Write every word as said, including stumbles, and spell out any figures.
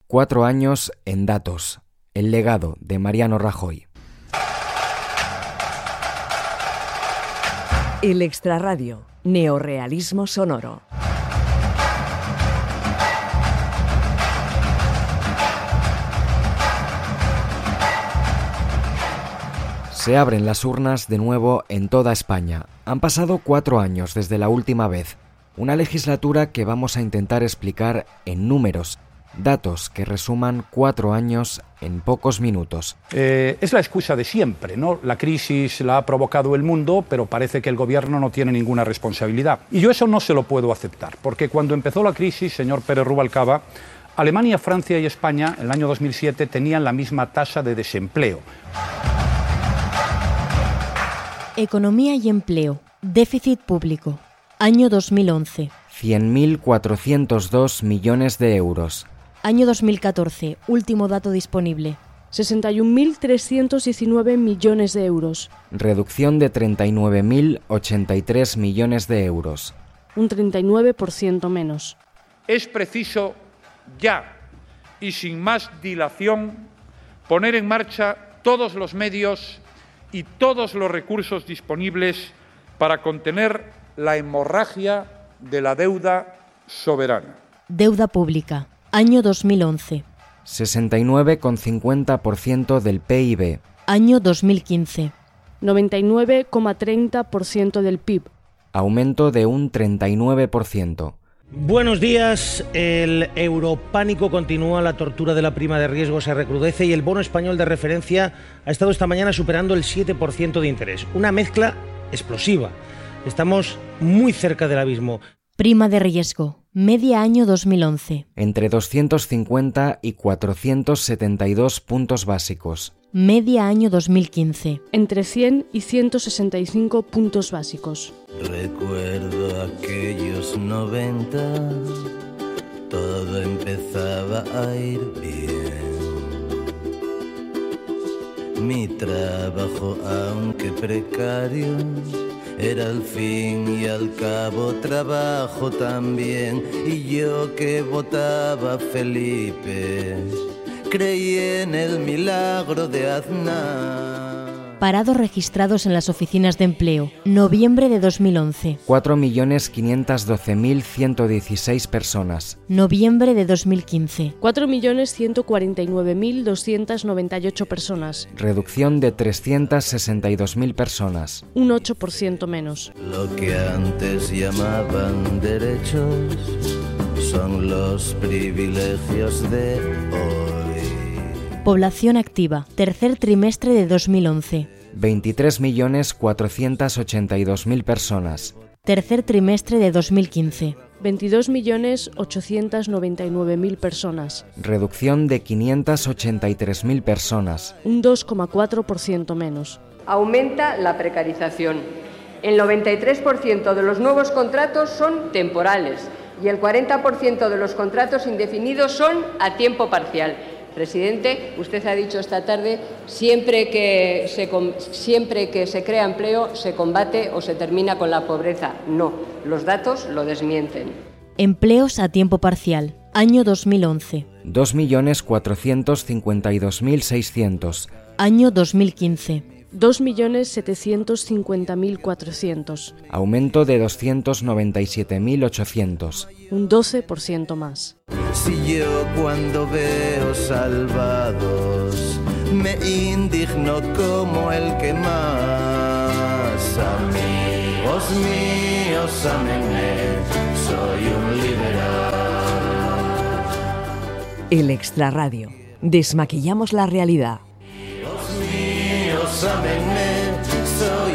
Cuatro años en datos. El legado de Mariano Rajoy. El Extrarradio. Neorrealismo sonoro. Se abren las urnas de nuevo en toda España. Han pasado cuatro años desde la última vez. Una legislatura que vamos a intentar explicar en números, datos que resuman cuatro años en pocos minutos. Eh, es la excusa de siempre, ¿no? La crisis la ha provocado el mundo, pero parece que el gobierno no tiene ninguna responsabilidad. Y yo eso no se lo puedo aceptar, porque cuando empezó la crisis, señor Pérez Rubalcaba, Alemania, Francia y España, en el año dos mil siete, tenían la misma tasa de desempleo. Economía y empleo. Déficit público. Año dos mil once. cien mil cuatrocientos dos millones de euros. Año dos mil catorce. Último dato disponible. sesenta y un mil trescientos diecinueve millones de euros. Reducción de treinta y nueve mil ochenta y tres millones de euros. Un treinta y nueve por ciento menos. Es preciso ya y sin más dilación poner en marcha todos los medios y todos los recursos disponibles para contener la hemorragia de la deuda soberana. Deuda pública. Año dos mil once. sesenta y nueve coma cincuenta por ciento del P I B. Año dos mil quince. noventa y nueve coma treinta por ciento del P I B. Aumento de un treinta y nueve por ciento. Buenos días. El europánico continúa, la tortura de la prima de riesgo se recrudece y el bono español de referencia ha estado esta mañana superando el siete por ciento de interés. Una mezcla explosiva. Estamos muy cerca del abismo. Prima de riesgo. Media año dos mil once. Entre doscientos cincuenta y cuatrocientos setenta y dos puntos básicos. Media año dos mil quince. Entre cien y ciento sesenta y cinco puntos básicos. Recuerdo aquellos noventa, todo empezaba a ir bien. Mi trabajo, aunque precario, era al fin y al cabo trabajo también. Y yo que votaba Felipe, creí en el milagro de Aznar. Parados registrados en las oficinas de empleo. Noviembre de dos mil once. cuatro millones quinientos doce mil ciento dieciséis personas. Noviembre de dos mil quince. cuatro millones ciento cuarenta y nueve mil doscientos noventa y ocho personas. Reducción de trescientos sesenta y dos mil personas. Un ocho por ciento menos. Lo que antes llamaban derechos son los privilegios de hoy. Población activa. Tercer trimestre de dos mil once. veintitrés millones cuatrocientos ochenta y dos mil personas. Tercer trimestre de dos mil quince. veintidós millones ochocientos noventa y nueve mil personas. Reducción de quinientos ochenta y tres mil personas. Un dos coma cuatro por ciento menos. Aumenta la precarización. El noventa y tres por ciento de los nuevos contratos son temporales y el cuarenta por ciento de los contratos indefinidos son a tiempo parcial. Presidente, usted ha dicho esta tarde, siempre que, se, siempre que se crea empleo, se combate o se termina con la pobreza. No, los datos lo desmienten. Empleos a tiempo parcial. Año dos mil once. dos millones cuatrocientos cincuenta y dos mil seiscientos. Año dos mil quince. dos millones setecientos cincuenta mil cuatrocientos. Aumento de doscientos noventa y siete mil ochocientos. Un doce por ciento más. Si yo cuando veo salvados me indigno como el que más. Amigos míos, ámenme, soy un liberal. El Extrarradio. Desmaquillamos la realidad. Amigos míos, ámenme, soy